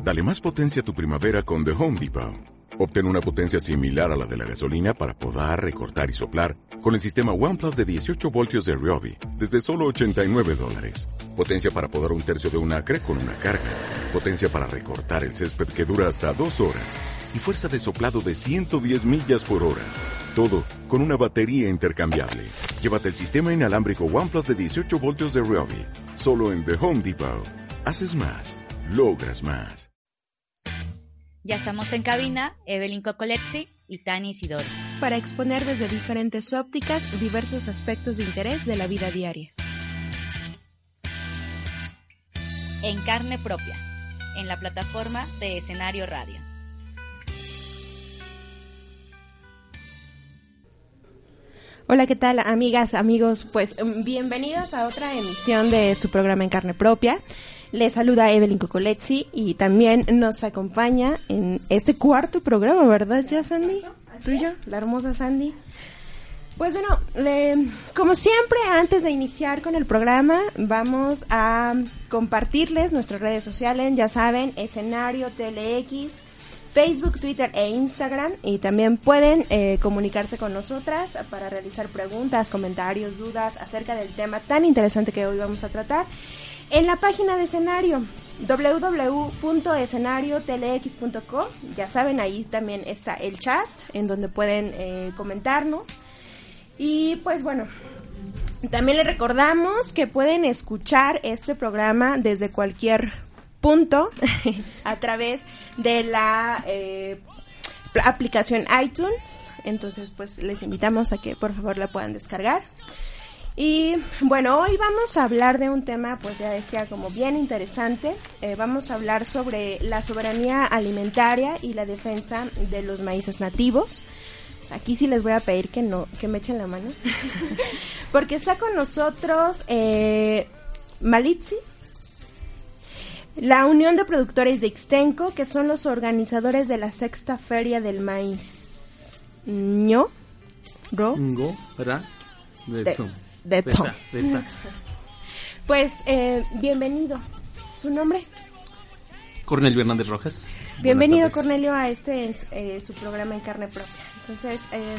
Dale más potencia a tu primavera con The Home Depot. Obtén una potencia similar a la de la gasolina para podar, recortar y soplar con el sistema OnePlus de 18 voltios de Ryobi desde solo $89. Potencia para podar un tercio de un acre con una carga. Potencia para recortar el césped que dura hasta 2 horas. Y fuerza de soplado de 110 millas por hora. Todo con una batería intercambiable. Llévate el sistema inalámbrico OnePlus de 18 voltios de Ryobi. Solo en The Home Depot. Haces más. Logras más. Ya estamos en cabina, Evelyn Cocoletsi y Tani Isidoro, para exponer desde diferentes ópticas diversos aspectos de interés de la vida diaria. En carne propia, en la plataforma de Escenario Radio. Hola, ¿qué tal, amigas, amigos? Pues bienvenidas a otra emisión de su programa En Carne Propia. Les saluda Evelyn Cocoletsi y también nos acompaña en este cuarto programa, ¿verdad ya, Sandy? ¿Tuyo? La hermosa Sandy. Pues bueno, como siempre, antes de iniciar con el programa, vamos a compartirles nuestras redes sociales, ya saben, Escenario TLX, Facebook, Twitter e Instagram, y también pueden comunicarse con nosotras para realizar preguntas, comentarios, dudas acerca del tema tan interesante que hoy vamos a tratar en la página de Escenario, www.escenariotlx.com. Ya saben, ahí también está el chat en donde pueden comentarnos. Y pues bueno, también les recordamos que pueden escuchar este programa desde cualquier punto a través de la aplicación iTunes. Entonces pues les invitamos a que por favor la puedan descargar. Y bueno, hoy vamos a hablar de un tema, pues ya decía, como bien interesante. Vamos a hablar sobre la soberanía alimentaria y la defensa de los maíces nativos. Aquí sí les voy a pedir que me echen la mano, porque está con nosotros Malitzi, la Unión de Productores de Ixtenco, que son los organizadores de la Sexta Feria del Maíz. Pues bienvenido. ¿Su nombre? Cornelio Hernández Rojas. Bienvenido, Cornelio, a su programa En Carne Propia. Entonces,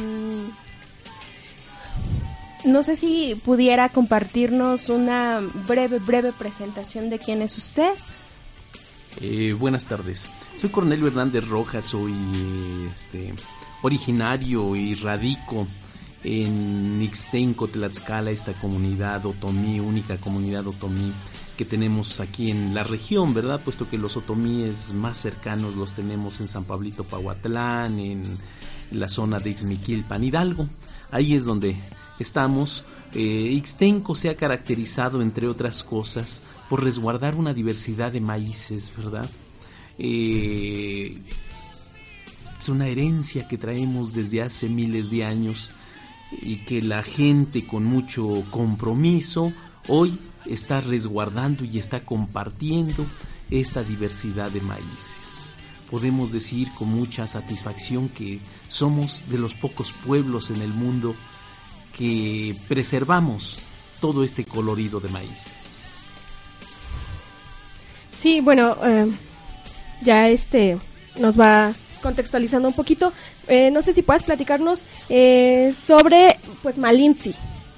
no sé si pudiera compartirnos una breve presentación de quién es usted. Buenas tardes. Soy Cornelio Hernández Rojas, soy originario y radico en Ixtenco, Tlaxcala, esta comunidad otomí, única comunidad otomí que tenemos aquí en la región, ¿verdad? Puesto que los otomíes más cercanos los tenemos en San Pablito Pahuatlán, en la zona de Ixmiquilpan, Hidalgo. Ahí es donde estamos. Ixtenco se ha caracterizado, entre otras cosas, por resguardar una diversidad de maíces, ¿verdad? Es una herencia que traemos desde hace miles de años y que la gente con mucho compromiso hoy está resguardando y está compartiendo esta diversidad de maíces. Podemos decir con mucha satisfacción que somos de los pocos pueblos en el mundo que preservamos todo este colorido de maíces. Sí, bueno, ya nos va contextualizando un poquito. No sé si puedes platicarnos sobre pues Malintzi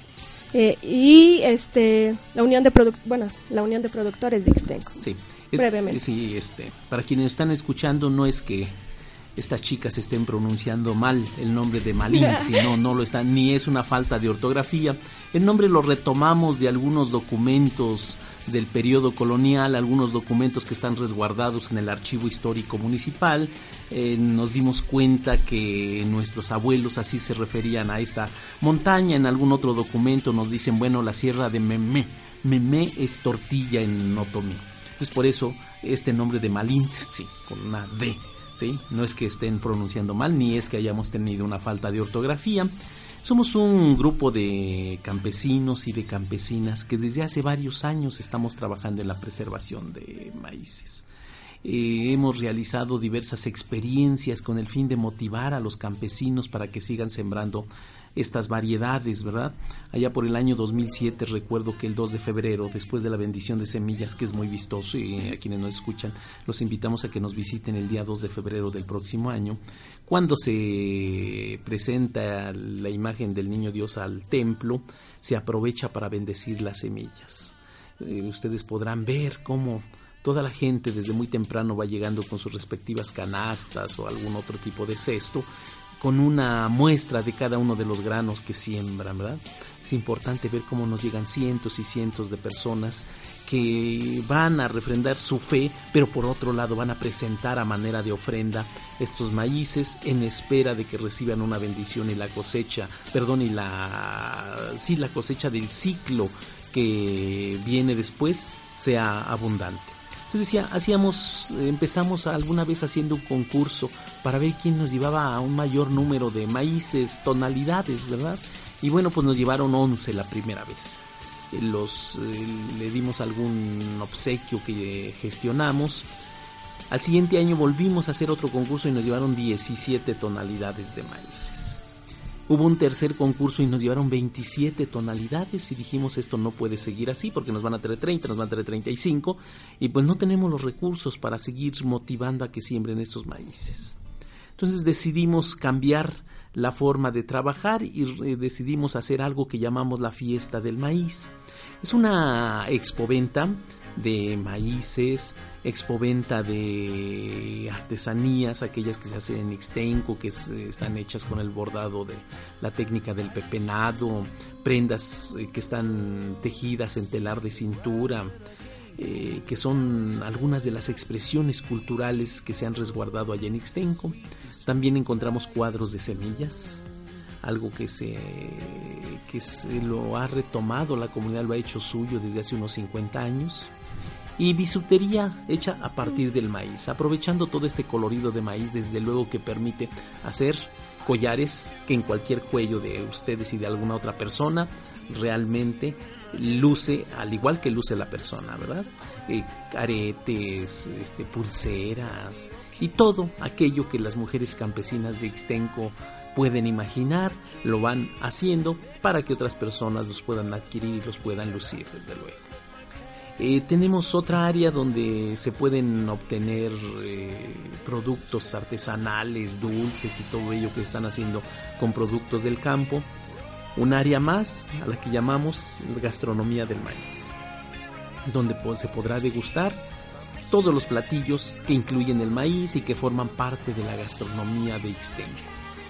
y la Unión de Productores de Ixtenco. Sí, brevemente. Sí, para quienes están escuchando, no es que estas chicas estén pronunciando mal el nombre de Malintzi, no lo están, ni es una falta de ortografía. El nombre lo retomamos de algunos documentos del periodo colonial, algunos documentos que están resguardados en el Archivo Histórico Municipal. Nos dimos cuenta que nuestros abuelos así se referían a esta montaña. En algún otro documento nos dicen, bueno, la Sierra de Memé es tortilla en otomí. Entonces por eso este nombre de Malintzi, con una D. ¿Sí? No es que estén pronunciando mal, ni es que hayamos tenido una falta de ortografía. Somos un grupo de campesinos y de campesinas que desde hace varios años estamos trabajando en la preservación de maíces. Hemos realizado diversas experiencias con el fin de motivar a los campesinos para que sigan sembrando estas variedades, ¿verdad? Allá por el año 2007 recuerdo que el 2 de febrero, después de la bendición de semillas, que es muy vistoso, y a quienes nos escuchan los invitamos a que nos visiten el día 2 de febrero del próximo año, cuando se presenta la imagen del Niño Dios al templo, se aprovecha para bendecir las semillas. Ustedes podrán ver cómo toda la gente desde muy temprano va llegando con sus respectivas canastas o algún otro tipo de cesto, con una muestra de cada uno de los granos que siembran, ¿verdad? Es importante ver cómo nos llegan cientos y cientos de personas que van a refrendar su fe, pero por otro lado van a presentar a manera de ofrenda estos maíces en espera de que reciban una bendición y la cosecha, la cosecha del ciclo que viene después sea abundante. Entonces empezamos alguna vez haciendo un concurso para ver quién nos llevaba a un mayor número de maíces, tonalidades, ¿verdad? Y bueno, pues nos llevaron 11 la primera vez. Le dimos algún obsequio que gestionamos. Al siguiente año volvimos a hacer otro concurso y nos llevaron 17 tonalidades de maíces. Hubo un tercer concurso y nos llevaron 27 tonalidades y dijimos, esto no puede seguir así porque nos van a traer 30, nos van a traer 35 y pues no tenemos los recursos para seguir motivando a que siembren estos maíces. Entonces decidimos cambiar la forma de trabajar y decidimos hacer algo que llamamos la fiesta del maíz. Es una expoventa de maíces, expoventa de artesanías, aquellas que se hacen en Ixtenco, que están hechas con el bordado de la técnica del pepenado, prendas que están tejidas en telar de cintura, que son algunas de las expresiones culturales que se han resguardado allá en Ixtenco. También encontramos cuadros de semillas, algo que se lo ha retomado, la comunidad lo ha hecho suyo desde hace unos 50 años. Y bisutería hecha a partir del maíz, aprovechando todo este colorido de maíz, desde luego que permite hacer collares que en cualquier cuello de ustedes y de alguna otra persona realmente luce, al igual que luce la persona, ¿verdad? Aretes, pulseras y todo aquello que las mujeres campesinas de Ixtenco pueden imaginar, lo van haciendo para que otras personas los puedan adquirir y los puedan lucir, desde luego. Tenemos otra área donde se pueden obtener productos artesanales, dulces y todo ello que están haciendo con productos del campo. Un área más a la que llamamos gastronomía del maíz, donde se podrá degustar todos los platillos que incluyen el maíz y que forman parte de la gastronomía de Ixtenco.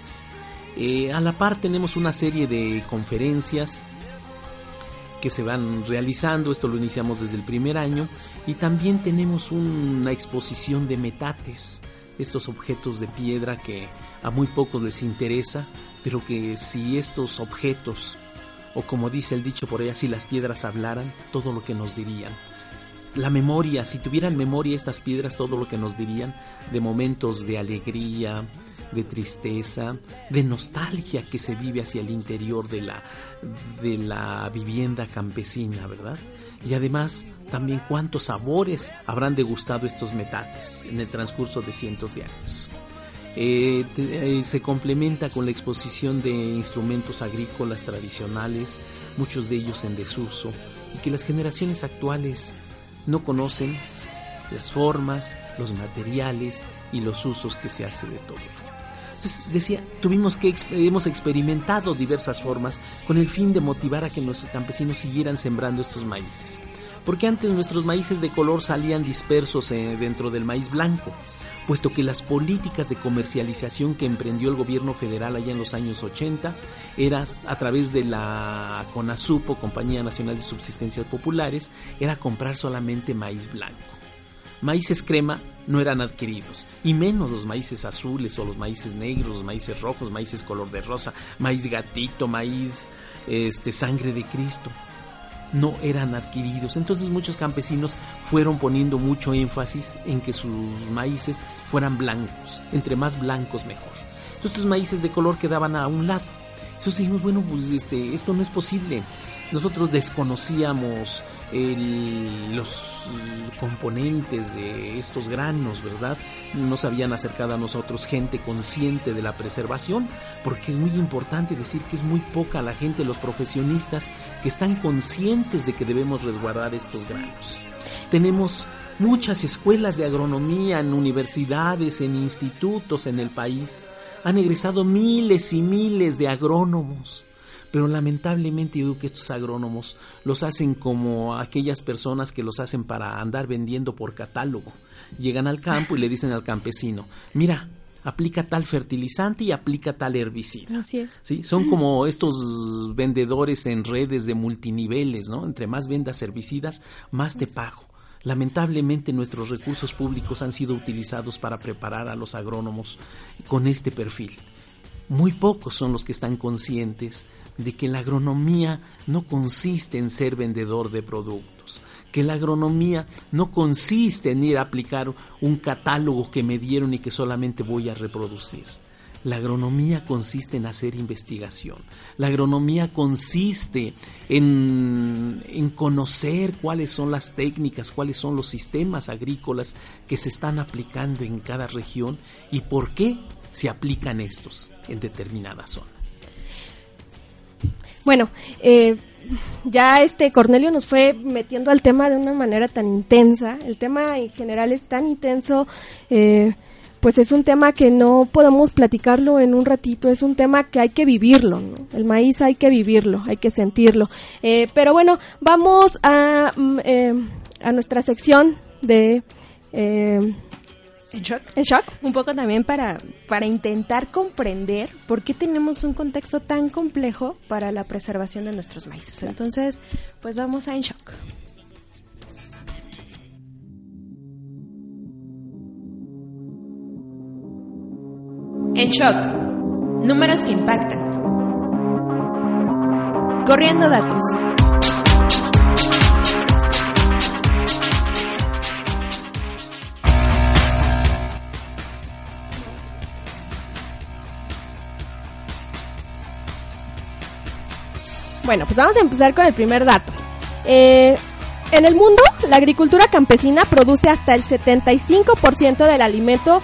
A la par tenemos una serie de conferencias que se van realizando, esto lo iniciamos desde el primer año, y también tenemos una exposición de metates, estos objetos de piedra que a muy pocos les interesa, pero que si estos objetos, o como dice el dicho por allá, si las piedras hablaran, todo lo que nos dirían. La memoria, si tuvieran memoria estas piedras, todo lo que nos dirían de momentos de alegría, de tristeza, de nostalgia que se vive hacia el interior de la vivienda campesina, ¿verdad? Y además también cuántos sabores habrán degustado estos metates en el transcurso de cientos de años. Se complementa con la exposición de instrumentos agrícolas tradicionales, muchos de ellos en desuso, y que las generaciones actuales no conocen las formas, los materiales y los usos que se hace de todo ello. Entonces decía, hemos experimentado diversas formas con el fin de motivar a que nuestros campesinos siguieran sembrando estos maíces. Porque antes nuestros maíces de color salían dispersos dentro del maíz blanco, puesto que las políticas de comercialización que emprendió el gobierno federal allá en los años 80 era a través de la CONASUP, o Compañía Nacional de Subsistencias Populares, era comprar solamente maíz blanco. Maíces crema no eran adquiridos, y menos los maíces azules o los maíces negros, los maíces rojos, maíces color de rosa, maíz gatito, maíz sangre de Cristo. No eran adquiridos. Entonces muchos campesinos fueron poniendo mucho énfasis en que sus maíces fueran blancos, entre más blancos mejor. Entonces los maíces de color quedaban a un lado Entonces dijimos, bueno, pues esto no es posible. Nosotros desconocíamos los componentes de estos granos, ¿verdad? Nos habían acercado a nosotros gente consciente de la preservación, porque es muy importante decir que es muy poca la gente, los profesionistas, que están conscientes de que debemos resguardar estos granos. Tenemos muchas escuelas de agronomía en universidades, en institutos en el país. Han egresado miles y miles de agrónomos. Pero lamentablemente yo digo que estos agrónomos los hacen como aquellas personas que los hacen para andar vendiendo por catálogo. Llegan al campo y le dicen al campesino, mira, aplica tal fertilizante y aplica tal herbicida. Así es. ¿Sí? Son como estos vendedores en redes de multiniveles, ¿no? Entre más vendas herbicidas, más te pago. Lamentablemente nuestros recursos públicos han sido utilizados para preparar a los agrónomos con este perfil. Muy pocos son los que están conscientes de que la agronomía no consiste en ser vendedor de productos, que la agronomía no consiste en ir a aplicar un catálogo que me dieron y que solamente voy a reproducir. La agronomía consiste en hacer investigación. La agronomía consiste en conocer cuáles son las técnicas, cuáles son los sistemas agrícolas que se están aplicando en cada región y por qué se aplican estos en determinada zona. Bueno, ya Cornelio nos fue metiendo al tema de una manera tan intensa. El tema en general es tan intenso, pues es un tema que no podemos platicarlo en un ratito, es un tema que hay que vivirlo, ¿no? El maíz hay que vivirlo, hay que sentirlo. Pero bueno, vamos a nuestra sección de... En shock. ¿En shock? Un poco también para intentar comprender por qué tenemos un contexto tan complejo para la preservación de nuestros maíces. Entonces, pues vamos a En Shock. En Shock. Números que impactan. Corriendo datos. Bueno, pues vamos a empezar con el primer dato. En el mundo, la agricultura campesina produce hasta el 75% del alimento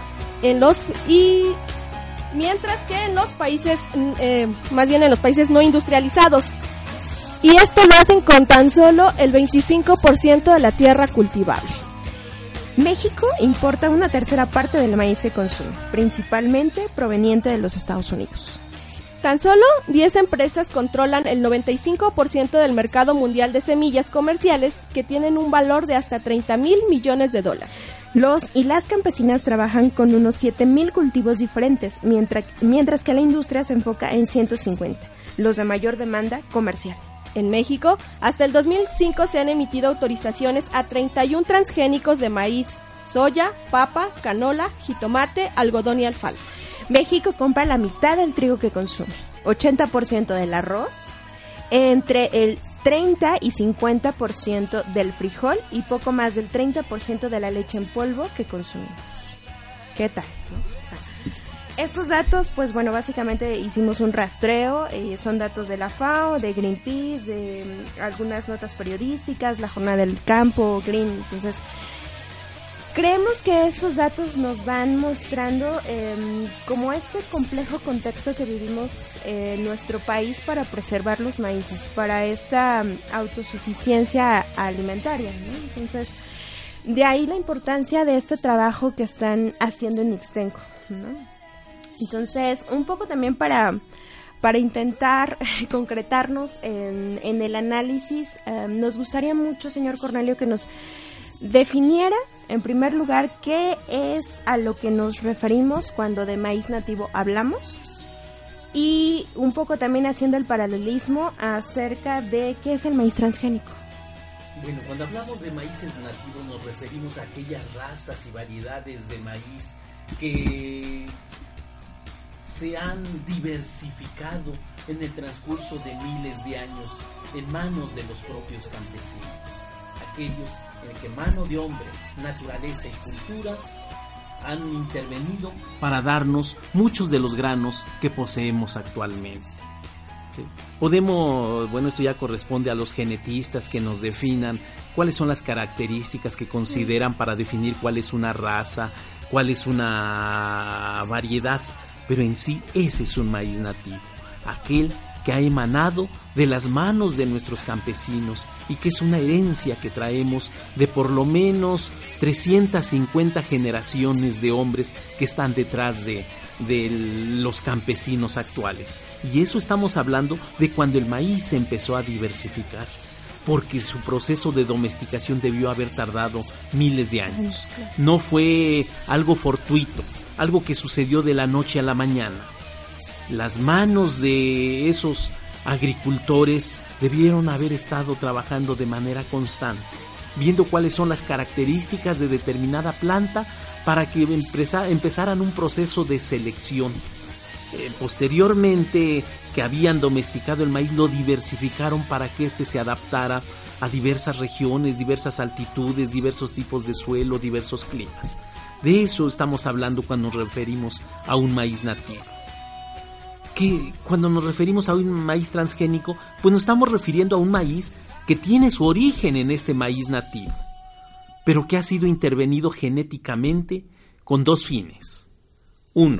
mientras que en los países, más bien en los países no industrializados. Y esto lo hacen con tan solo el 25% de la tierra cultivable. México importa una tercera parte del maíz que consume, principalmente proveniente de los Estados Unidos. Tan solo 10 empresas controlan el 95% del mercado mundial de semillas comerciales, que tienen un valor de hasta $30,000 millones. Los y las campesinas trabajan con unos 7,000 cultivos diferentes, mientras que la industria se enfoca en 150, los de mayor demanda comercial. En México, hasta el 2005 se han emitido autorizaciones a 31 transgénicos de maíz, soya, papa, canola, jitomate, algodón y alfalfa. México compra la mitad del trigo que consume, 80% del arroz, entre el 30 y 50% del frijol y poco más del 30% de la leche en polvo que consumimos. ¿Qué tal? ¿No? O sea, estos datos, pues bueno, básicamente hicimos un rastreo, son datos de la FAO, de Greenpeace, de algunas notas periodísticas, la Jornada del Campo, Green, entonces... Creemos que estos datos nos van mostrando como este complejo contexto que vivimos en nuestro país para preservar los maíces, para esta autosuficiencia alimentaria, ¿no? Entonces, de ahí la importancia de este trabajo que están haciendo en Ixtenco, ¿no? Entonces, un poco también para intentar concretarnos en el análisis, nos gustaría mucho, señor Cornelio, que nos definiera, en primer lugar, qué es a lo que nos referimos cuando de maíz nativo hablamos y un poco también haciendo el paralelismo acerca de qué es el maíz transgénico. Bueno, cuando hablamos de maíces nativos nos referimos a aquellas razas y variedades de maíz que se han diversificado en el transcurso de miles de años en manos de los propios campesinos. Aquellos en que mano de hombre, naturaleza y cultura han intervenido para darnos muchos de los granos que poseemos actualmente. ¿sí? Podemos, bueno, esto ya corresponde a los genetistas que nos definan cuáles son las características que consideran para definir cuál es una raza, cuál es una variedad, pero en sí ese es un maíz nativo, aquel que ha emanado de las manos de nuestros campesinos y que es una herencia que traemos de por lo menos 350 generaciones de hombres que están detrás de los campesinos actuales. Y eso estamos hablando de cuando el maíz se empezó a diversificar, porque su proceso de domesticación debió haber tardado miles de años. No fue algo fortuito, algo que sucedió de la noche a la mañana. Las manos de esos agricultores debieron haber estado trabajando de manera constante, viendo cuáles son las características de determinada planta para que empezaran un proceso de selección. Posteriormente, que habían domesticado el maíz, lo diversificaron para que éste se adaptara a diversas regiones, diversas altitudes, diversos tipos de suelo, diversos climas. De eso estamos hablando cuando nos referimos a un maíz nativo. Que cuando nos referimos a un maíz transgénico, pues nos estamos refiriendo a un maíz que tiene su origen en este maíz nativo, pero que ha sido intervenido genéticamente con dos fines. Uno,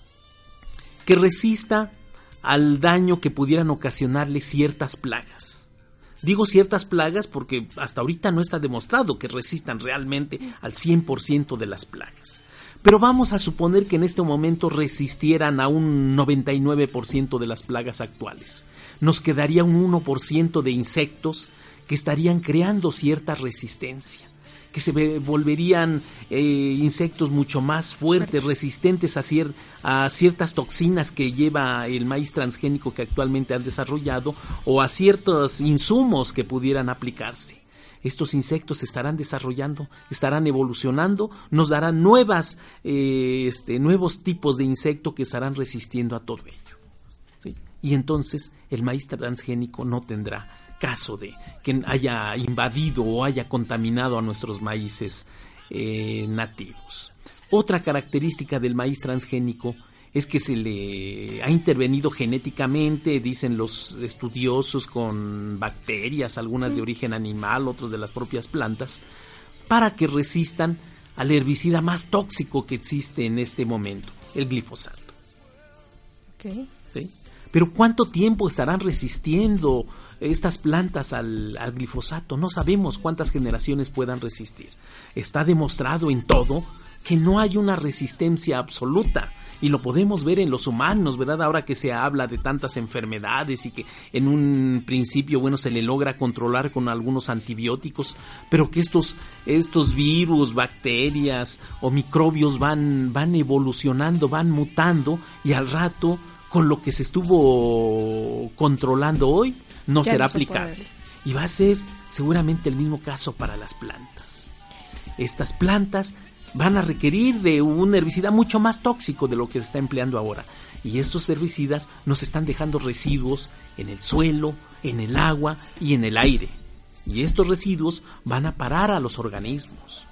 que resista al daño que pudieran ocasionarle ciertas plagas. Digo ciertas plagas porque hasta ahorita no está demostrado que resistan realmente al 100% de las plagas. Pero vamos a suponer que en este momento resistieran a un 99% de las plagas actuales. Nos quedaría un 1% de insectos que estarían creando cierta resistencia, que se volverían insectos mucho más fuertes, resistentes a ciertas toxinas que lleva el maíz transgénico que actualmente han desarrollado o a ciertos insumos que pudieran aplicarse. Estos insectos se estarán desarrollando, estarán evolucionando, nos darán nuevos tipos de insecto que estarán resistiendo a todo ello, ¿sí? Y entonces el maíz transgénico no tendrá caso de que haya invadido o haya contaminado a nuestros maíces nativos. Otra característica del maíz transgénico es que se le ha intervenido genéticamente, dicen los estudiosos, con bacterias, algunas de origen animal, otras de las propias plantas, para que resistan al herbicida más tóxico que existe en este momento, el glifosato. Okay. ¿Sí? Pero ¿cuánto tiempo estarán resistiendo estas plantas al glifosato? No sabemos cuántas generaciones puedan resistir. Está demostrado en todo que no hay una resistencia absoluta. Y lo podemos ver en los humanos, ¿verdad? Ahora que se habla de tantas enfermedades y que en un principio, bueno, se le logra controlar con algunos antibióticos, pero que estos virus, bacterias o microbios van evolucionando, van mutando y al rato, con lo que se estuvo controlando hoy, no ya será no se aplicable. puede. Y va a ser seguramente el mismo caso para las plantas. Estas plantas van a requerir de un herbicida mucho más tóxico de lo que se está empleando ahora. Y estos herbicidas nos están dejando residuos en el suelo, en el agua y en el aire. Y estos residuos van a parar a los organismos.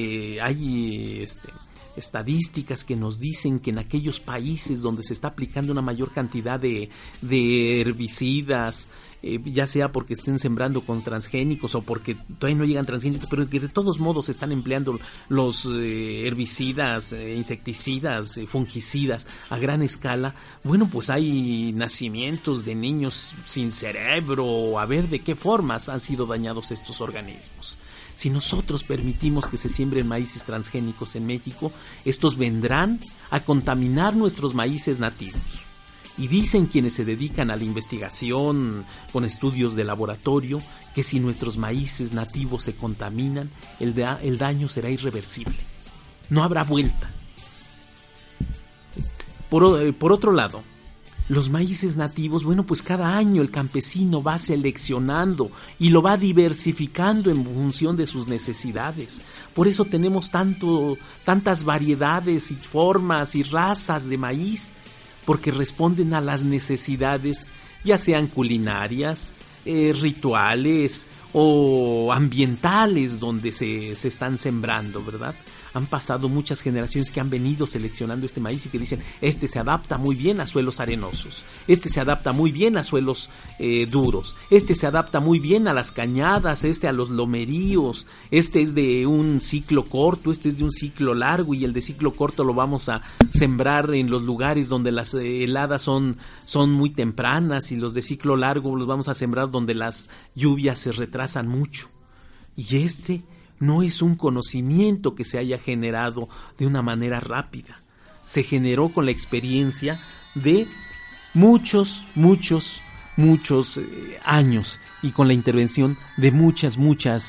Hay estadísticas que nos dicen que en aquellos países donde se está aplicando una mayor cantidad de herbicidas, ya sea porque estén sembrando con transgénicos o porque todavía no llegan transgénicos, pero que de todos modos se están empleando los herbicidas, insecticidas, fungicidas a gran escala, bueno, pues hay nacimientos de niños sin cerebro, a ver de qué formas han sido dañados estos organismos. Si nosotros permitimos que se siembren maíces transgénicos en México, estos vendrán a contaminar nuestros maíces nativos. Y dicen quienes se dedican a la investigación con estudios de laboratorio que si nuestros maíces nativos se contaminan, el daño será irreversible. No habrá vuelta. Por otro lado, los maíces nativos, bueno, pues cada año el campesino va seleccionando y lo va diversificando en función de sus necesidades. Por eso tenemos tantas variedades y formas y razas de maíz, porque responden a las necesidades, ya sean culinarias, rituales o ambientales donde se están sembrando, ¿verdad? han pasado muchas generaciones que han venido seleccionando este maíz y que dicen, este se adapta muy bien a suelos arenosos, este se adapta muy bien a suelos duros, este se adapta muy bien a las cañadas, este a los lomeríos, este es de un ciclo corto, este es de un ciclo largo, y el de ciclo corto lo vamos a sembrar en los lugares donde las heladas son muy tempranas, y los de ciclo largo los vamos a sembrar donde las lluvias se retrasan mucho. Y este no es un conocimiento que se haya generado de una manera rápida. Se generó con la experiencia de muchos años y con la intervención de muchas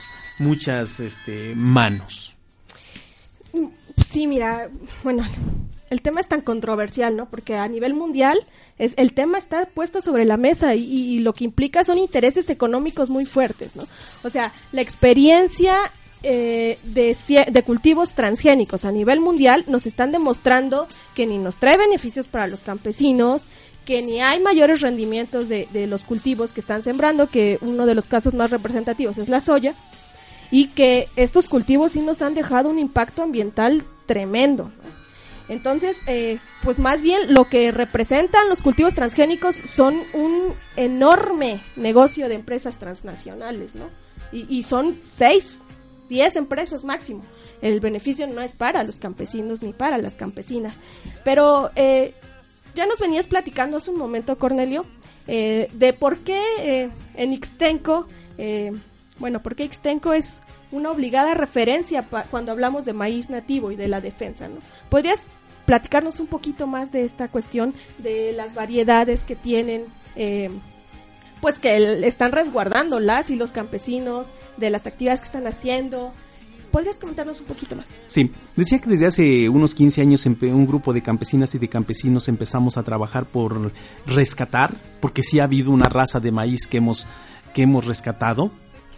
manos. Sí, mira, bueno, el tema es tan controversial, ¿no? Porque a nivel mundial el tema está puesto sobre la mesa y lo que implica son intereses económicos muy fuertes, ¿no? O sea, la experiencia de cultivos transgénicos a nivel mundial nos están demostrando que ni nos trae beneficios para los campesinos, que ni hay mayores rendimientos de los cultivos que están sembrando, que uno de los casos más representativos es la soya, y que estos cultivos sí nos han dejado un impacto ambiental tremendo, ¿no? Entonces, pues más bien lo que representan los cultivos transgénicos son un enorme negocio de empresas transnacionales, ¿no? Y son 6-10 empresas máximo. El beneficio no es para los campesinos ni para las campesinas. Pero ya nos venías platicando hace un momento, Cornelio, de por qué en Ixtenco, por qué Ixtenco es una obligada referencia cuando hablamos de maíz nativo y de la defensa, ¿no? ¿Podrías platicarnos un poquito más de esta cuestión de las variedades que tienen, pues que están resguardando las y los campesinos, de las actividades que están haciendo? ¿Podrías comentarnos un poquito más? Sí, decía que desde hace unos 15 años un grupo de campesinas y de campesinos empezamos a trabajar por rescatar, porque sí ha habido una raza de maíz que hemos rescatado.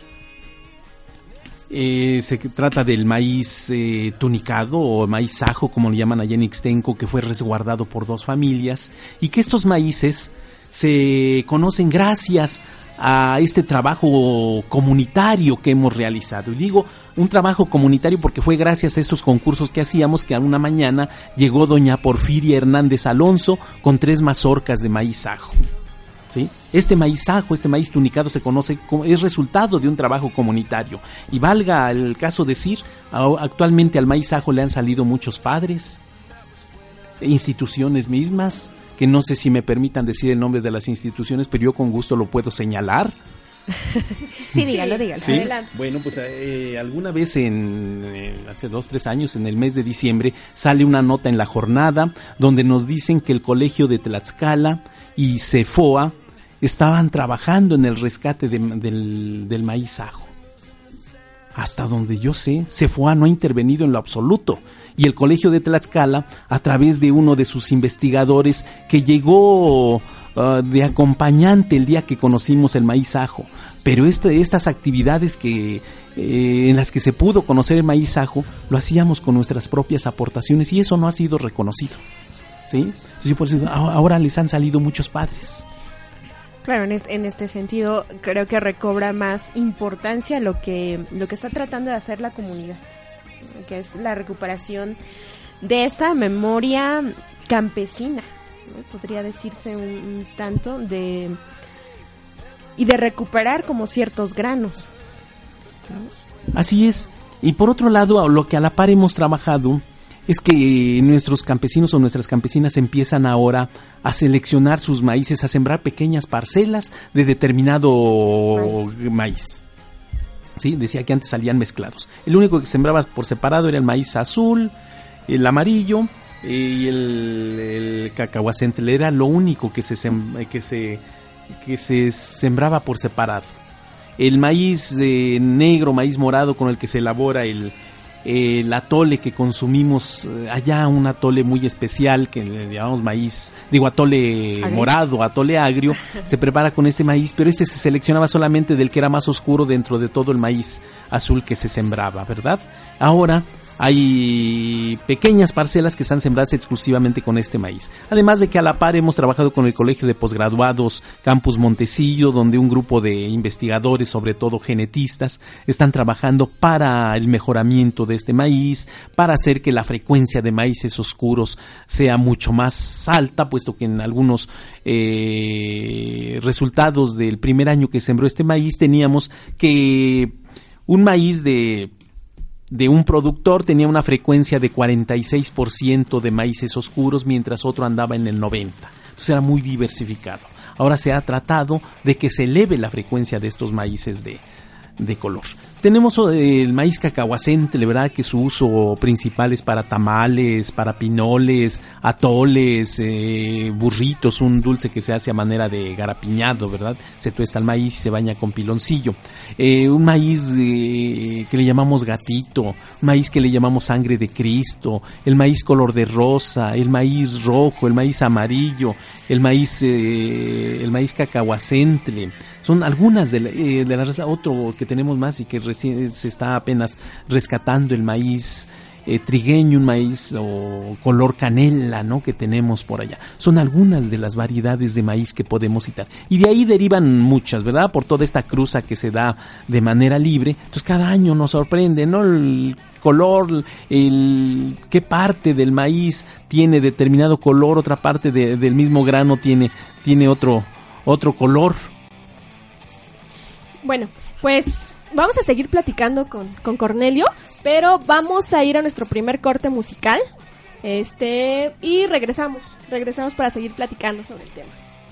Se trata del maíz tunicado o maíz ajo, como le llaman allá en Ixtenco, que fue resguardado por 2 familias, y que estos maíces se conocen gracias a este trabajo comunitario que hemos realizado. Y digo un trabajo comunitario porque fue gracias a estos concursos que hacíamos que a una mañana llegó doña Porfiria Hernández Alonso con 3 mazorcas de maíz ajo. ¿Sí? Este maíz ajo, este maíz tunicado se conoce como, es resultado de un trabajo comunitario. Y valga el caso decir, actualmente al maíz ajo le han salido muchos padres, instituciones mismas, que no sé si me permitan decir el nombre de las instituciones, pero yo con gusto lo puedo señalar. Sí, dígalo. ¿Sí? Adelante. Bueno, pues alguna vez hace 2-3 años, en el mes de diciembre, sale una nota en La Jornada donde nos dicen que el Colegio de Tlaxcala y CEFOA estaban trabajando en el rescate del maíz ajo. Hasta donde yo sé, CEFOA no ha intervenido en lo absoluto. Y el Colegio de Tlaxcala, a través de uno de sus investigadores que llegó de acompañante el día que conocimos el maíz ajo, pero estas actividades en las que se pudo conocer el maíz ajo, lo hacíamos con nuestras propias aportaciones, y eso no ha sido reconocido, ¿sí? Entonces, por eso, ahora les han salido muchos padres. Claro, en este sentido creo que recobra más importancia lo que está tratando de hacer la comunidad, que es la recuperación de esta memoria campesina, ¿no? Podría decirse un tanto de recuperar como ciertos granos, ¿no? Así es. Y por otro lado, lo que a la par hemos trabajado es que nuestros campesinos o nuestras campesinas empiezan ahora a seleccionar sus maíces, a sembrar pequeñas parcelas de determinado maíz. Sí, decía que antes salían mezclados. El único que sembraba por separado era el maíz azul, el amarillo y el cacahuacentle. Era lo único que se sembraba por separado. El maíz negro, maíz morado con el que se elabora el atole que consumimos allá, un atole muy especial que le llamamos atole morado, atole agrio, se prepara con este maíz, pero se seleccionaba solamente del que era más oscuro dentro de todo el maíz azul que se sembraba, ¿verdad? Ahora hay pequeñas parcelas que están sembradas exclusivamente con este maíz. Además de que a la par hemos trabajado con el Colegio de Posgraduados Campus Montecillo, donde un grupo de investigadores, sobre todo genetistas, están trabajando para el mejoramiento de este maíz, para hacer que la frecuencia de maíces oscuros sea mucho más alta, puesto que en algunos resultados del primer año que sembró este maíz teníamos que un maíz de un productor tenía una frecuencia de 46% de maíces oscuros, mientras otro andaba en el 90%. Entonces era muy diversificado. Ahora se ha tratado de que se eleve la frecuencia de estos maíces de color. Tenemos el maíz cacahuacentle, ¿verdad? Que su uso principal es para tamales, para pinoles, atoles, burritos, un dulce que se hace a manera de garapiñado, ¿verdad? Se tuesta el maíz y se baña con piloncillo. Un maíz que le llamamos gatito, un maíz que le llamamos sangre de Cristo, el maíz color de rosa, el maíz rojo, el maíz amarillo, el maíz cacahuacentle. Son algunas de la raza. Otro que tenemos más y que recién se está apenas rescatando, el maíz trigueño, un maíz o color canela, ¿no?, que tenemos por allá. Son algunas de las variedades de maíz que podemos citar. Y de ahí derivan muchas, ¿verdad? Por toda esta cruza que se da de manera libre. Entonces cada año nos sorprende, ¿no?, el color, qué parte del maíz tiene determinado color, otra parte del mismo grano tiene otro color. Bueno, pues vamos a seguir platicando con Cornelio, pero vamos a ir a nuestro primer corte musical, y regresamos para seguir platicando sobre el tema.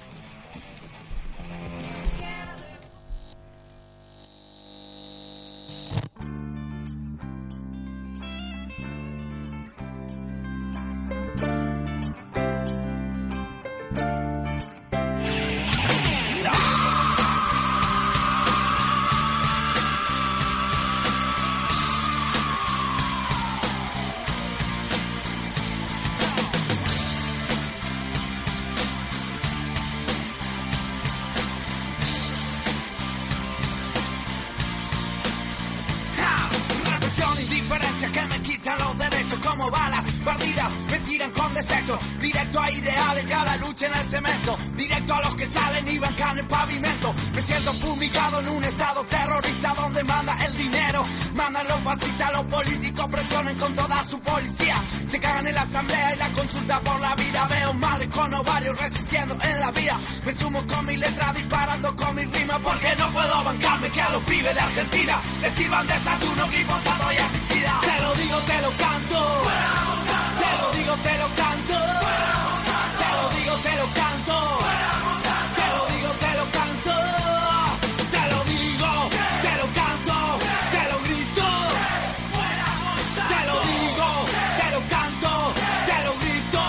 Que me quitan los derechos como balas partidas, me tiran con desecho, directo a ideales y a la lucha en el cemento, directo a los que salen y bancan el pavimento. Me siento fumigado en un estado terrorista donde manda el dinero, mandan los fascistas, los políticos presionan con toda su policía, se cagan en la asamblea y la consulta por la vida. Veo madres con ovarios resistiendo en la vía, me sumo con mi letra disparando con mi rima, porque no puedo bancarme que a los pibes de Argentina les sirvan desayuno, glifosato y herbicida. Te lo digo, te lo canto. Te lo digo, te lo canto. Te lo digo, te lo canto. Te lo digo, te lo canto. Te lo digo, te lo canto. Te lo grito. Te lo digo, te lo canto. Te lo grito.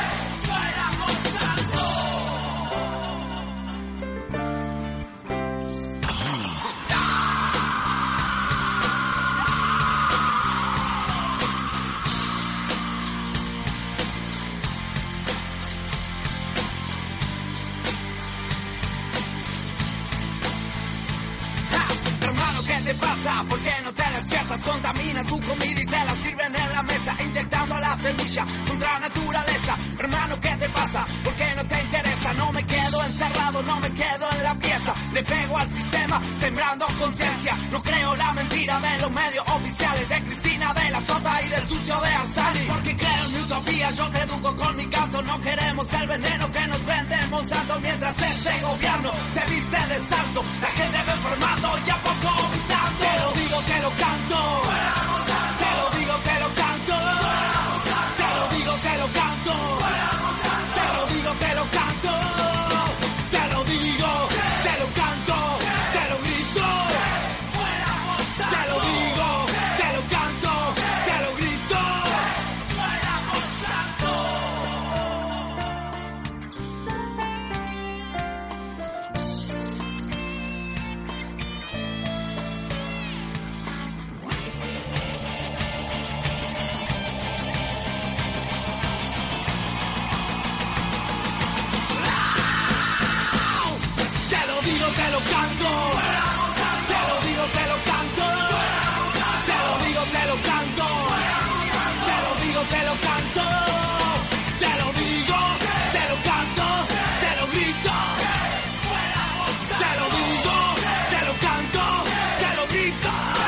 ¿Por qué no te despiertas? Contamina tu comida y te la sirven en la mesa, inyectando la semilla contra naturaleza. Hermano, ¿qué te pasa? ¿Por qué no te interesa? No me quedo encerrado, no me quedo en la pieza. Le pego al sistema, sembrando conciencia. No creo la mentira de los medios oficiales, de Cristina, de la Sota y del sucio de Arzani. Porque creo en mi utopía, yo te educo con mi canto. No queremos el veneno que nos vende Monsanto. Mientras este gobierno se viste de santo, la gente va enfermando y a poco vomitando. Te lo digo, te lo canto. Te lo digo, te lo canto. Te lo digo, te lo canto. Te lo digo, te lo canto. Te lo digo, te lo canto. Te lo grito. Te lo digo, te lo canto. Te lo grito. canto, te lo digo, te lo canto, te lo grito. Te lo digo, te lo canto, te lo grito.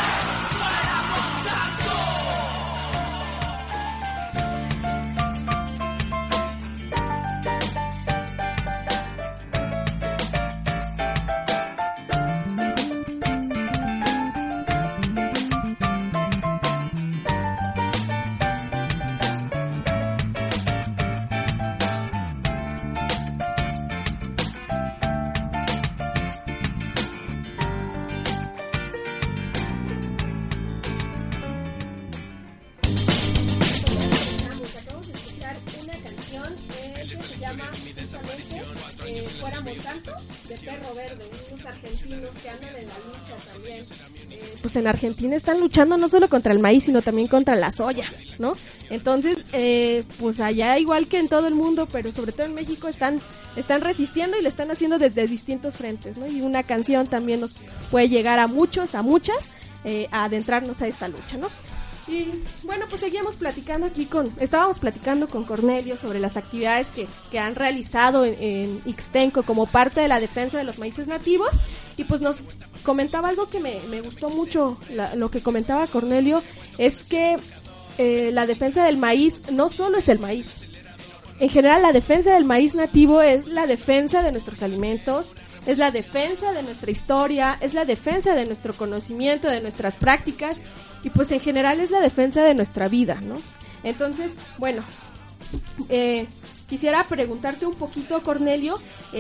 Acabamos de escuchar una canción que se llama justamente Fuéramos Tantos, de Perro Verde, unos argentinos que andan en la lucha también. Pues en Argentina están luchando no solo contra el maíz, sino también contra la soya, ¿no? Entonces, pues allá igual que en todo el mundo, pero sobre todo en México están resistiendo y lo están haciendo desde distintos frentes, ¿no? Y una canción también nos puede llegar a muchos, a muchas, a adentrarnos a esta lucha, ¿no? Y bueno, pues estábamos platicando con Cornelio sobre las actividades que han realizado en Ixtenco como parte de la defensa de los maíces nativos, y pues nos comentaba algo que me gustó mucho. Lo que comentaba Cornelio es que la defensa del maíz no solo es el maíz. En general, la defensa del maíz nativo es la defensa de nuestros alimentos, es la defensa de nuestra historia, es la defensa de nuestro conocimiento, de nuestras prácticas, y pues en general es la defensa de nuestra vida, ¿no? Entonces, bueno, quisiera preguntarte un poquito, Cornelio,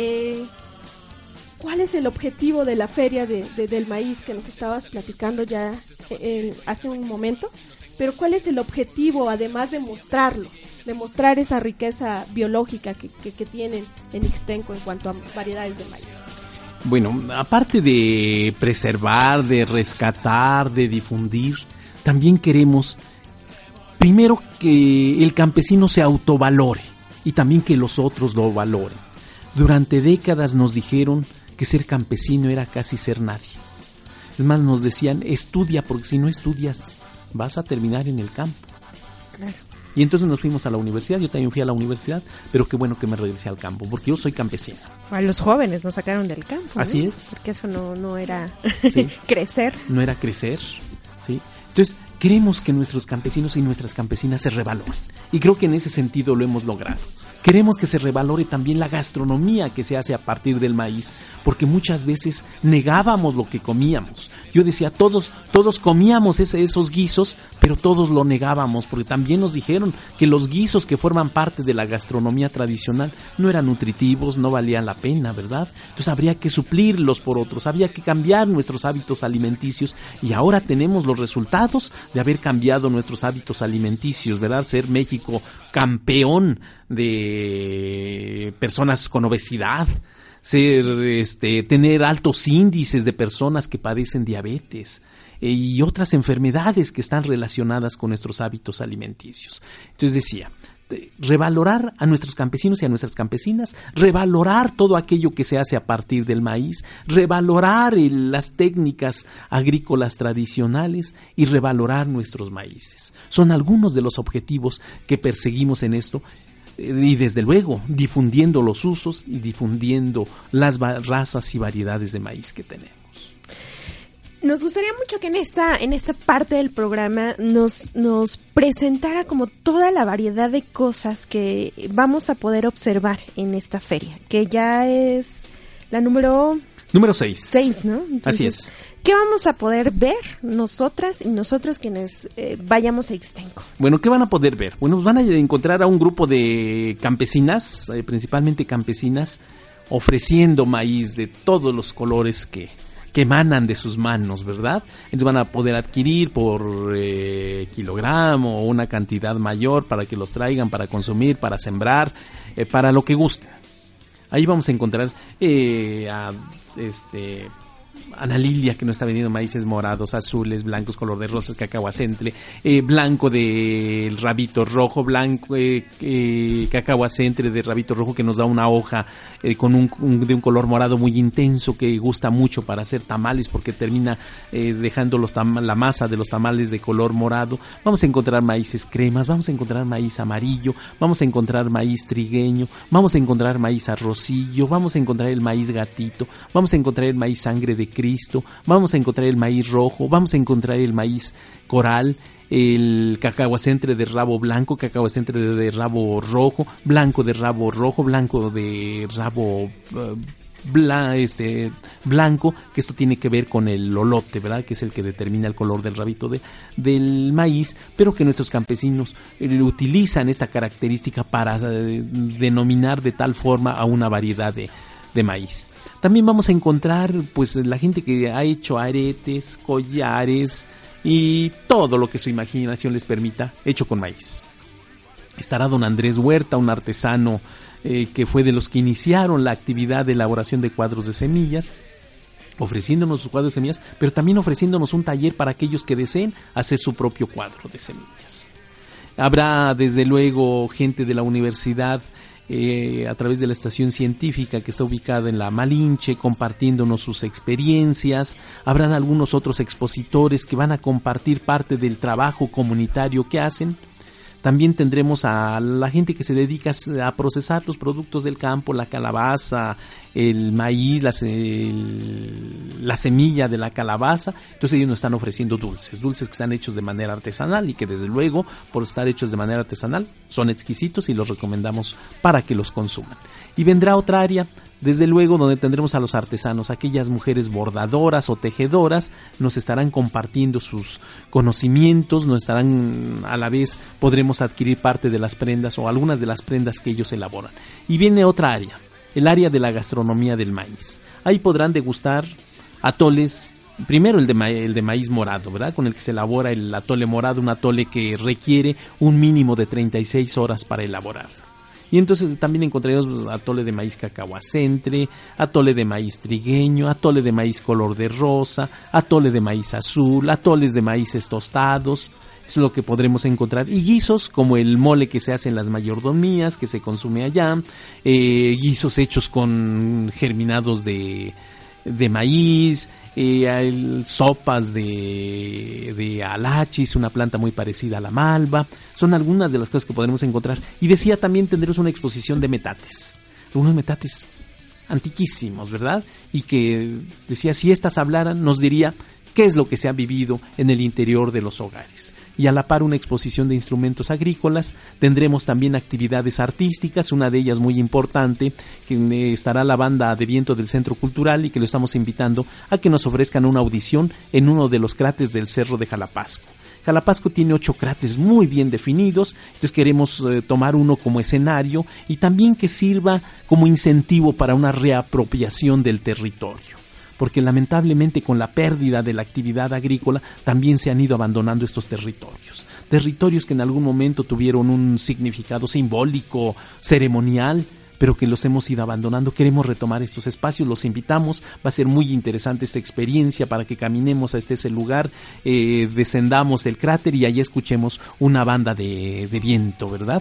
¿cuál es el objetivo de la feria del maíz que nos estabas platicando ya hace un momento? Pero ¿cuál es el objetivo, además de mostrarlo, de mostrar esa riqueza biológica que tienen en Ixtenco en cuanto a variedades de maíz? Bueno, aparte de preservar, de rescatar, de difundir, también queremos, primero, que el campesino se autovalore y también que los otros lo valoren. Durante décadas nos dijeron que ser campesino era casi ser nadie. Es más, nos decían, estudia, porque si no estudias vas a terminar en el campo. Claro. Y entonces nos fuimos a la universidad, yo también fui a la universidad, pero qué bueno que me regresé al campo, porque yo soy campesino. A los jóvenes nos sacaron del campo, ¿no? Así es. Porque eso no era sí. crecer. No era crecer, ¿sí? Entonces, queremos que nuestros campesinos y nuestras campesinas se revaloren. Y creo que en ese sentido lo hemos logrado. Queremos que se revalore también la gastronomía que se hace a partir del maíz, porque muchas veces negábamos lo que comíamos. Yo decía, todos comíamos esos guisos, pero todos lo negábamos, porque también nos dijeron que los guisos que forman parte de la gastronomía tradicional no eran nutritivos, no valían la pena, ¿verdad? Entonces habría que suplirlos por otros, había que cambiar nuestros hábitos alimenticios, y ahora tenemos los resultados de haber cambiado nuestros hábitos alimenticios, ¿verdad? Ser México campeón de personas con obesidad, tener altos índices de personas que padecen diabetes y otras enfermedades que están relacionadas con nuestros hábitos alimenticios. Entonces decía, revalorar a nuestros campesinos y a nuestras campesinas, revalorar todo aquello que se hace a partir del maíz, revalorar las técnicas agrícolas tradicionales y revalorar nuestros maíces. Son algunos de los objetivos que perseguimos en esto, y desde luego difundiendo los usos y difundiendo las razas y variedades de maíz que tenemos. Nos gustaría mucho que en esta parte del programa nos presentara como toda la variedad de cosas que vamos a poder observar en esta feria, que ya es la número 6. 6, ¿no? Entonces, así es. ¿Qué vamos a poder ver nosotras y nosotros quienes vayamos a Ixtenco? Bueno, ¿qué van a poder ver? Bueno, van a encontrar a un grupo de campesinas, principalmente campesinas, ofreciendo maíz de todos los colores que emanan de sus manos, ¿verdad? Entonces van a poder adquirir por kilogramo o una cantidad mayor para que los traigan, para consumir, para sembrar, para Ana Lilia, que nos está vendiendo maíces morados, azules, blancos, color de rosas, cacahuacentre, blanco del rabito rojo, blanco, cacahuacentre de rabito rojo, que nos da una hoja con de un color morado muy intenso, que gusta mucho para hacer tamales, porque termina dejando la masa de los tamales de color morado. Vamos a encontrar maíces cremas, vamos a encontrar maíz amarillo, vamos a encontrar maíz trigueño, vamos a encontrar maíz arrocillo, vamos a encontrar el maíz gatito, vamos a encontrar el maíz sangre de Cristo, vamos a encontrar el maíz rojo, vamos a encontrar el maíz coral, el cacahuacentre de rabo blanco, cacahuacentre de rabo rojo, blanco de rabo rojo, blanco de rabo blanco, que esto tiene que ver con el lolote, ¿verdad? Que es el que determina el color del rabito del maíz, pero que nuestros campesinos utilizan esta característica para denominar de tal forma a una variedad de maíz. También vamos a encontrar pues la gente que ha hecho aretes, collares y todo lo que su imaginación les permita, hecho con maíz. Estará don Andrés Huerta, un artesano que fue de los que iniciaron la actividad de elaboración de cuadros de semillas, ofreciéndonos sus cuadros de semillas, pero también ofreciéndonos un taller para aquellos que deseen hacer su propio cuadro de semillas. Habrá desde luego gente de la universidad a través de la estación científica que está ubicada en la Malinche, compartiéndonos sus experiencias. Habrán algunos otros expositores que van a compartir parte del trabajo comunitario que hacen. También tendremos a la gente que se dedica a procesar los productos del campo, la calabaza, el maíz, la semilla de la calabaza. Entonces ellos nos están ofreciendo dulces que están hechos de manera artesanal y que desde luego, por estar hechos de manera artesanal, son exquisitos y los recomendamos para que los consuman. Y vendrá otra área, desde luego, donde tendremos a los artesanos, aquellas mujeres bordadoras o tejedoras, nos estarán compartiendo sus conocimientos, nos estarán, a la vez podremos adquirir parte de las prendas o algunas de las prendas que ellos elaboran. Y viene otra área, el área de la gastronomía del maíz. Ahí podrán degustar atoles, primero el de maíz morado, ¿verdad? Con el que se elabora el atole morado, un atole que requiere un mínimo de 36 horas para elaborar. Y entonces también encontraremos atole de maíz cacahuacentre, atole de maíz trigueño, atole de maíz color de rosa, atole de maíz azul, atoles de maíces tostados. Es lo que podremos encontrar. Y guisos como el mole que se hace en las mayordomías, que se consume allá, guisos hechos con germinados de maíz, sopas de alachis, una planta muy parecida a la malva. Son algunas de las cosas que podremos encontrar. Y decía, también tendremos una exposición de metates, unos metates antiquísimos, ¿verdad? Y que decía, si estas hablaran, nos diría qué es lo que se ha vivido en el interior de los hogares. Y a la par una exposición de instrumentos agrícolas. Tendremos también actividades artísticas, una de ellas muy importante, que estará la banda de viento del Centro Cultural y que lo estamos invitando a que nos ofrezcan una audición en uno de los cráteres del Cerro de Jalapasco. Jalapasco tiene 8 cráteres muy bien definidos, entonces queremos tomar uno como escenario y también que sirva como incentivo para una reapropiación del territorio. Porque lamentablemente con la pérdida de la actividad agrícola también se han ido abandonando estos territorios que en algún momento tuvieron un significado simbólico, ceremonial, pero que los hemos ido abandonando. Queremos retomar estos espacios, los invitamos, va a ser muy interesante esta experiencia para que caminemos hasta ese lugar, descendamos el cráter y allí escuchemos una banda de viento, ¿verdad?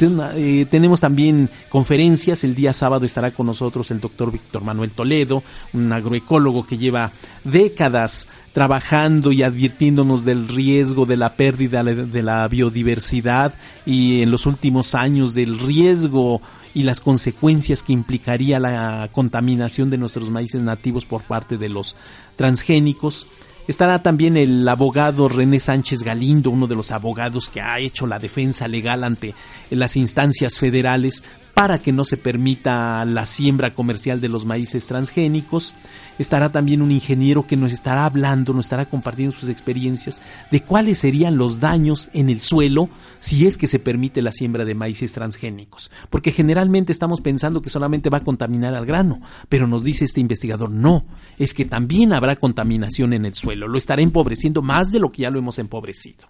Tenemos también conferencias. El día sábado estará con nosotros el doctor Víctor Manuel Toledo, un agroecólogo que lleva décadas trabajando y advirtiéndonos del riesgo de la pérdida de la biodiversidad y en los últimos años del riesgo y las consecuencias que implicaría la contaminación de nuestros maíces nativos por parte de los transgénicos. Estará también el abogado René Sánchez Galindo, uno de los abogados que ha hecho la defensa legal ante las instancias federales para que no se permita la siembra comercial de los maíces transgénicos. Estará también un ingeniero que nos estará hablando, nos estará compartiendo sus experiencias de cuáles serían los daños en el suelo si es que se permite la siembra de maíces transgénicos. Porque generalmente estamos pensando que solamente va a contaminar al grano, pero nos dice este investigador, no, es que también habrá contaminación en el suelo, lo estará empobreciendo más de lo que ya lo hemos empobrecido.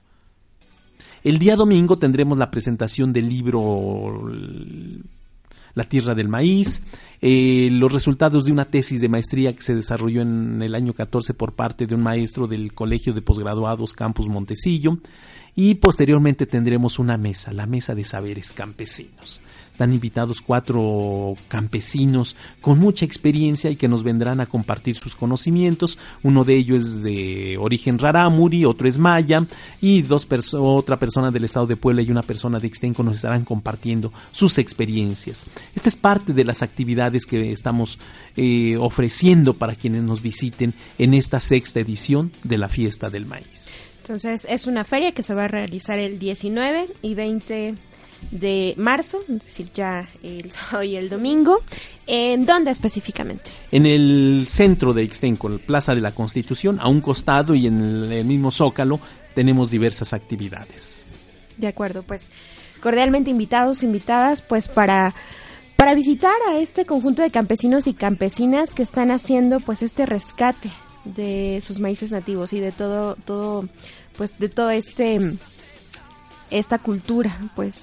El día domingo tendremos la presentación del libro La Tierra del Maíz. los resultados de una tesis de maestría que se desarrolló en el año 14 por parte de un maestro del Colegio de Posgraduados Campus Montesillo, y posteriormente tendremos una mesa, la Mesa de Saberes Campesinos. Están invitados 4 campesinos con mucha experiencia y que nos vendrán a compartir sus conocimientos. Uno de ellos es de origen rarámuri, otro es maya, y otra persona del estado de Puebla y una persona de Ixtenco nos estarán compartiendo sus experiencias. Esta es parte de las actividades que estamos ofreciendo para quienes nos visiten en esta 6ª edición de la Fiesta del Maíz. Entonces es una feria que se va a realizar el 19 y 20 de marzo, es decir, ya el sábado y el domingo. ¿En dónde específicamente? En el centro de Ixtenco, en la Plaza de la Constitución, a un costado, y en el mismo Zócalo tenemos diversas actividades. De acuerdo, pues cordialmente invitados, invitadas, pues para visitar a este conjunto de campesinos y campesinas que están haciendo pues este rescate de sus maíces nativos y de todo pues de todo esta cultura pues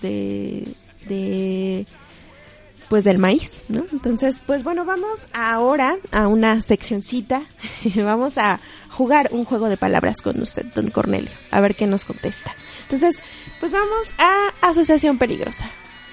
pues del maíz, ¿no? Entonces, pues bueno, vamos ahora a una seccioncita. Vamos a jugar un juego de palabras con usted, don Cornelio, a ver qué nos contesta. Entonces, pues vamos a Asociación Peligrosa.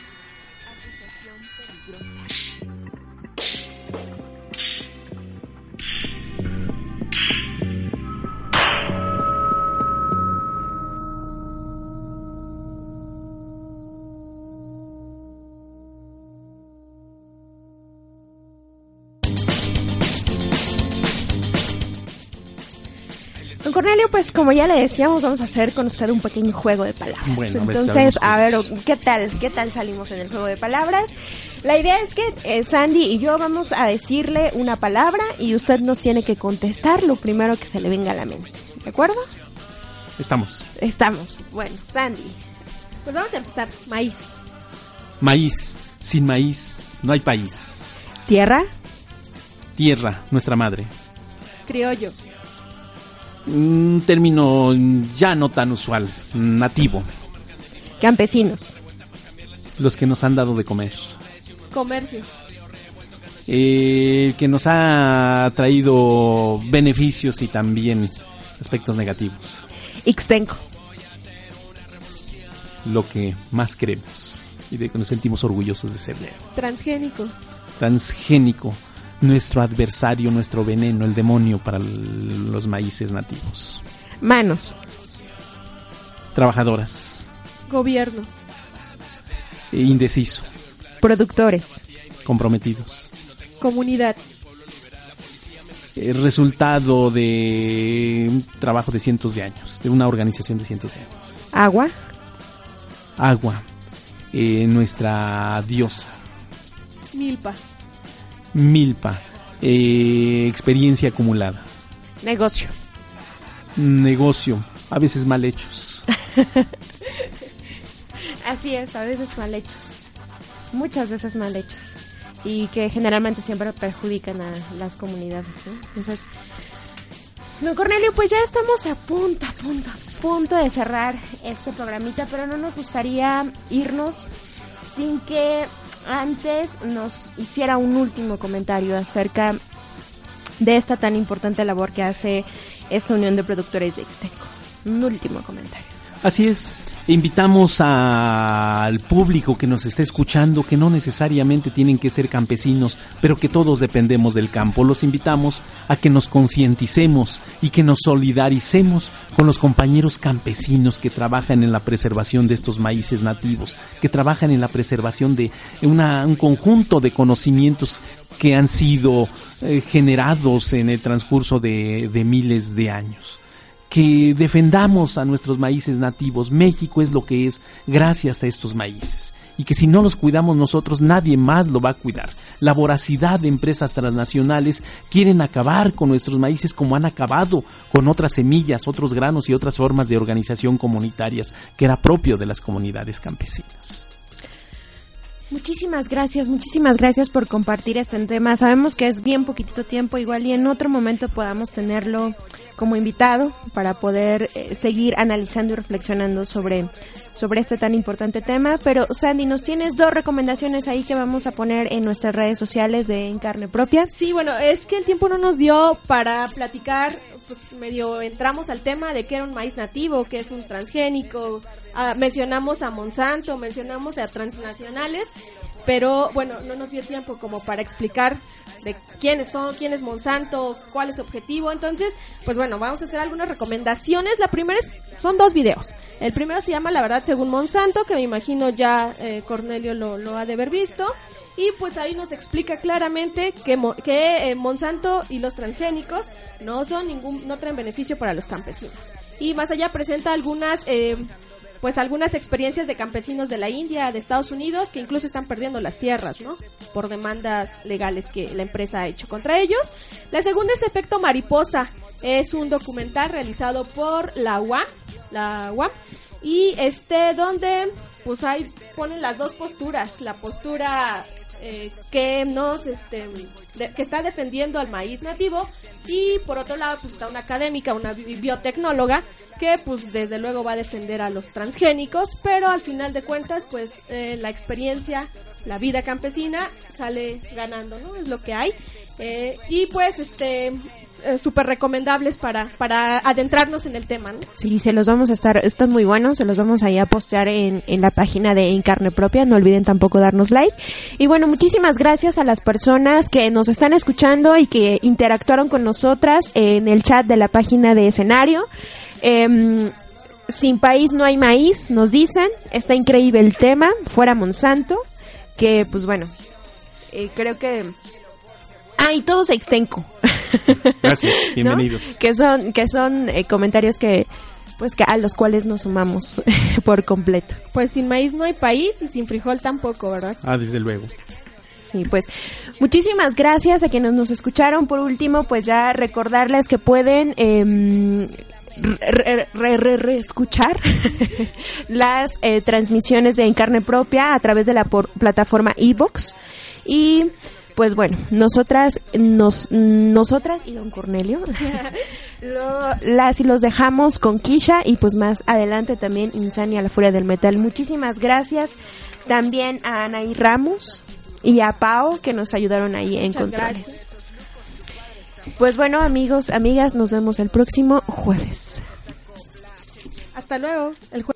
Don Cornelio, pues como ya le decíamos, vamos a hacer con usted un pequeño juego de palabras. Bueno, entonces, a ver, ¿qué tal salimos en el juego de palabras? La idea es que Sandy y yo vamos a decirle una palabra y usted nos tiene que contestar lo primero que se le venga a la mente. ¿De acuerdo? Estamos. Bueno, Sandy. Pues vamos a empezar. Maíz. Maíz. Sin maíz no hay país. Tierra. Tierra, nuestra madre. Criollo. Un término ya no tan usual. Nativo. Campesinos. Los que nos han dado de comer. Comercio. Que nos ha traído beneficios y también aspectos negativos. Ixtenco. Lo que más queremos y de que nos sentimos orgullosos de ser. Transgénico. Transgénico. Nuestro adversario, nuestro veneno, el demonio para los maíces nativos. Manos. Trabajadoras. Gobierno. Indeciso. Productores. Comprometidos. Comunidad. Resultado de un trabajo de cientos de años, de una organización de cientos de años. Agua. Agua. Nuestra diosa. Milpa. Milpa. Experiencia acumulada. Negocio. Negocio. A veces mal hechos. Así es, a veces mal hechos. Muchas veces mal hechos. Y que generalmente siempre perjudican a las comunidades, ¿no? Entonces, don Cornelio, pues ya estamos a punto de cerrar este programita, pero no nos gustaría irnos sin que antes nos hiciera un último comentario acerca de esta tan importante labor que hace esta Unión de Productores de Ixtenco. Un último comentario. Así es. Invitamos al público que nos está escuchando, que no necesariamente tienen que ser campesinos, pero que todos dependemos del campo. Los invitamos a que nos concienticemos y que nos solidaricemos con los compañeros campesinos que trabajan en la preservación de estos maíces nativos, que trabajan en la preservación de un conjunto de conocimientos que han sido generados en el transcurso de miles de años. Que defendamos a nuestros maíces nativos. México es lo que es gracias a estos maíces. Y que si no los cuidamos nosotros, nadie más lo va a cuidar. La voracidad de empresas transnacionales quieren acabar con nuestros maíces como han acabado con otras semillas, otros granos y otras formas de organización comunitarias que era propio de las comunidades campesinas. Muchísimas gracias por compartir este tema. Sabemos que es bien poquitito tiempo, igual y en otro momento podamos tenerlo como invitado para poder seguir analizando y reflexionando sobre sobre este tan importante tema. Pero Sandy, nos tienes 2 recomendaciones ahí que vamos a poner en nuestras redes sociales de En Carne Propia. Sí, bueno, es que el tiempo no nos dio para platicar, pues medio entramos al tema de qué era un maíz nativo, qué es un transgénico, mencionamos a Monsanto, mencionamos a transnacionales, pero bueno, no nos dio tiempo como para explicar de quiénes son, quién es Monsanto, cuál es su objetivo. Entonces, pues bueno, vamos a hacer algunas recomendaciones. La primera son 2 videos. El primero se llama La Verdad Según Monsanto, que me imagino ya Cornelio lo ha de haber visto. Y pues ahí nos explica claramente que Monsanto y los transgénicos no traen beneficio para los campesinos. Y más allá presenta algunas experiencias de campesinos de la India, de Estados Unidos, que incluso están perdiendo las tierras, ¿no? Por demandas legales que la empresa ha hecho contra ellos. La segunda es Efecto Mariposa. Es un documental realizado por la UAM, y donde pues ahí ponen las 2 posturas, la postura que está defendiendo al maíz nativo, y por otro lado pues está una académica, una biotecnóloga, que pues desde luego va a defender a los transgénicos, pero al final de cuentas pues la experiencia, la vida campesina sale ganando, ¿no? Es lo que hay. Y pues súper recomendables para adentrarnos en el tema, ¿no? Sí, están muy buenos, se los vamos a postear en la página de En Carne Propia. No olviden tampoco darnos like. Y bueno, muchísimas gracias a las personas que nos están escuchando y que interactuaron con nosotras en el chat de la página de Escenario. Sin país no hay maíz, nos dicen. Está increíble el tema, fuera Monsanto, que pues bueno, creo que... y todos Extenco. Gracias, bienvenidos. ¿No? Que son comentarios que a los cuales nos sumamos por completo. Pues sin maíz no hay país y sin frijol tampoco, ¿verdad? Desde luego. Sí, pues muchísimas gracias a quienes nos escucharon. Por último, pues ya recordarles que pueden escuchar las transmisiones de En Carne Propia a través de la plataforma iVoox. Y pues bueno, nosotras y don Cornelio los dejamos con Kisha, y pues más adelante también Insania, la furia del metal. Muchísimas gracias también a Anaí Ramos y a Pao, que nos ayudaron ahí en controles. Gracias. Pues bueno, amigos, amigas, nos vemos el próximo jueves. Hasta luego.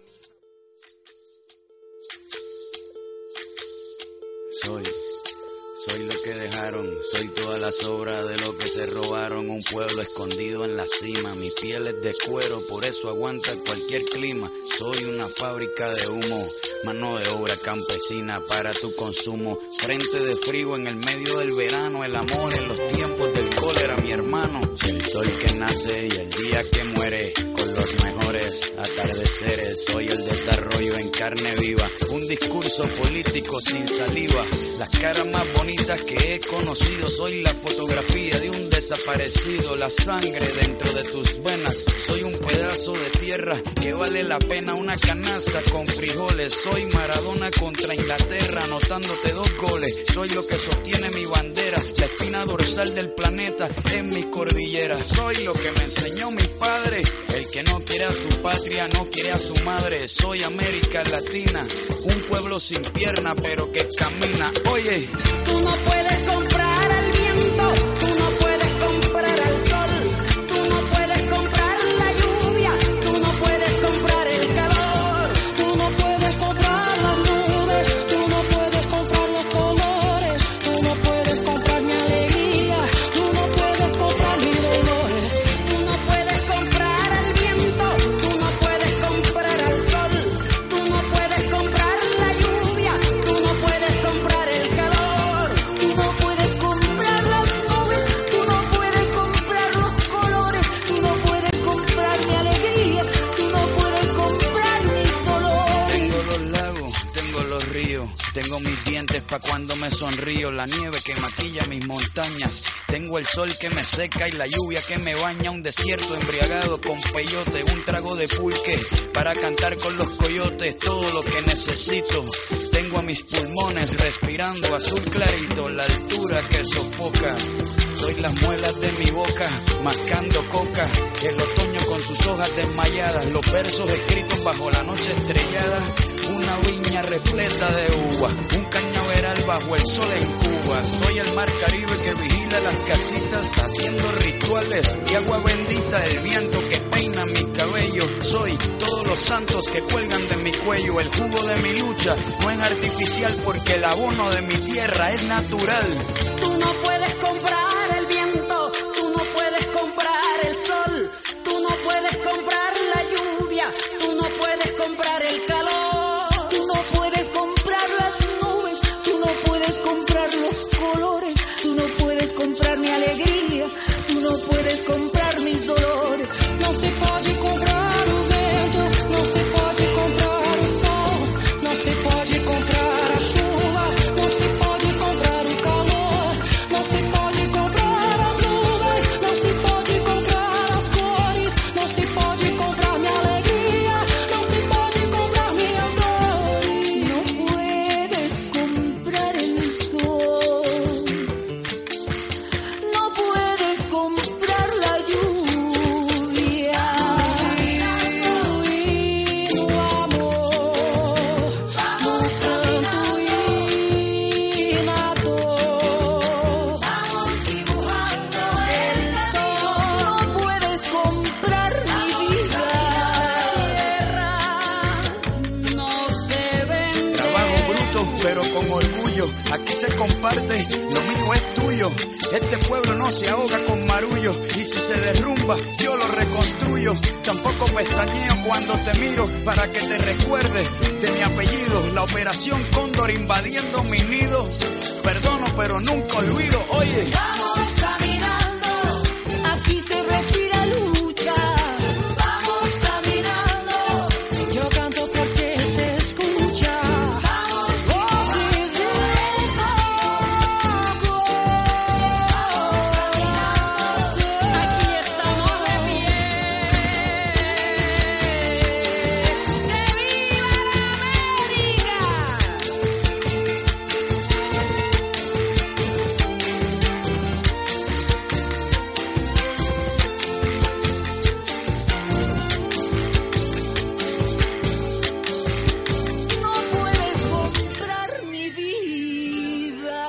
Soy lo que dejaron, soy toda la sobra de lo que se robaron. Un pueblo escondido en la cima, mi piel es de cuero, por eso aguanta cualquier clima. Soy una fábrica de humo, mano de obra campesina para tu consumo. Frente de frío en el medio del verano, el amor en los tiempos del cólera, mi hermano. El sol que nace y el día que muere, con los mejores atardeceres. Soy el desarrollo en carne viva, un discurso político sin saliva. Las caras más bonitas que he conocido, soy la fotografía de un desaparecido, la sangre dentro de tus venas. Soy un pedazo de tierra que vale la pena una canasta con frijoles. Soy Maradona contra Inglaterra, anotándote 2 goles. Soy lo que sostiene mi bandera, la espina dorsal del planeta en mis cordilleras. Soy lo que me enseñó mi padre, el que no quiere a su patria, no quiere a su madre. Soy América Latina, un pueblo sin pierna pero que camina. Oye, tú no puedes comprar al viento, tú no puedes comprar al sol, tú no puedes comprar la lluvia, tú no puedes comprar el calor, tú no puedes comprar las nubes, tú no puedes comprar los colores, tú no puedes comprar mi alegría, tú no puedes comprar mis dolores, tú no puedes comprar al viento, tú no puedes comprar al sol, tú no puedes comprar la lluvia, tú no puedes comprar el calor, tú no puedes comprar las nubes. Tengo mis dientes pa' cuando me sonrío, la nieve que maquilla mis montañas. Tengo el sol que me seca y la lluvia que me baña. Un desierto embriagado con peyote, un trago de pulque para cantar con los coyotes. Todo lo que necesito. Tengo a mis pulmones respirando azul clarito, la altura que sofoca. Soy las muelas de mi boca, mascando coca. El otoño con sus hojas desmayadas, los versos escritos bajo la noche estrellada. Una viña repleta de uva, un cañaveral bajo el sol en Cuba. Soy el mar Caribe que vigila las casitas, haciendo rituales y agua bendita. El viento que peina mi cabello. Soy todos los santos que cuelgan de mi cuello. El jugo de mi lucha no es artificial, porque el abono de mi tierra es natural. Tú no puedes comprar el viento, tú no puedes comprar el sol, tú no puedes comprar la lluvia, tú no puedes comprar el calor, tú no puedes comprar las nubes, tú no puedes comprar los colores, tú no puedes comprar mi alegría, tú no puedes comprar mis dolores. No se puede comprar o vento, no se puede comprar o sol, no se puede comprar a chuva, no se pode comprar o calor, não se pode comprar as nuvens, não se pode comprar as cores, não se pode comprar minha alegria, não se pode comprar minhas dores. Não puedes comprar el sol, não puedes comprar la lluvia, y no amor, no pranto y nado. Vamos dibujando el sol. No puedes comprar mi vida. No se vende. Trabajo bruto, pero con orgullo. Aquí se comparte, lo mío es tuyo. Este pueblo no se ahoga con marullo, y si se derrumba, yo lo reconstruyo. Tampoco pestañeo cuando te miro, para que te recuerde de mi apellido. La operación Cóndor invadiendo mi nido. Perdono, pero nunca olvido. Oye, Vamos caminando, aquí se respira lucha. Vamos caminando, yo canto porque se escucha. Vamos voces de desahogo. Vamos caminando, aquí estamos de pie. ¡Que viva la América! No puedes comprar mi vida.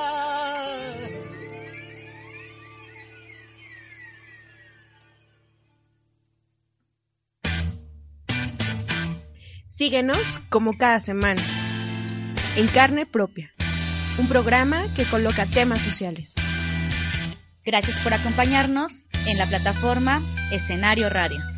Síguenos como cada semana en Carne Propia, un programa que coloca temas sociales. Gracias por acompañarnos en la plataforma Escenario Radio.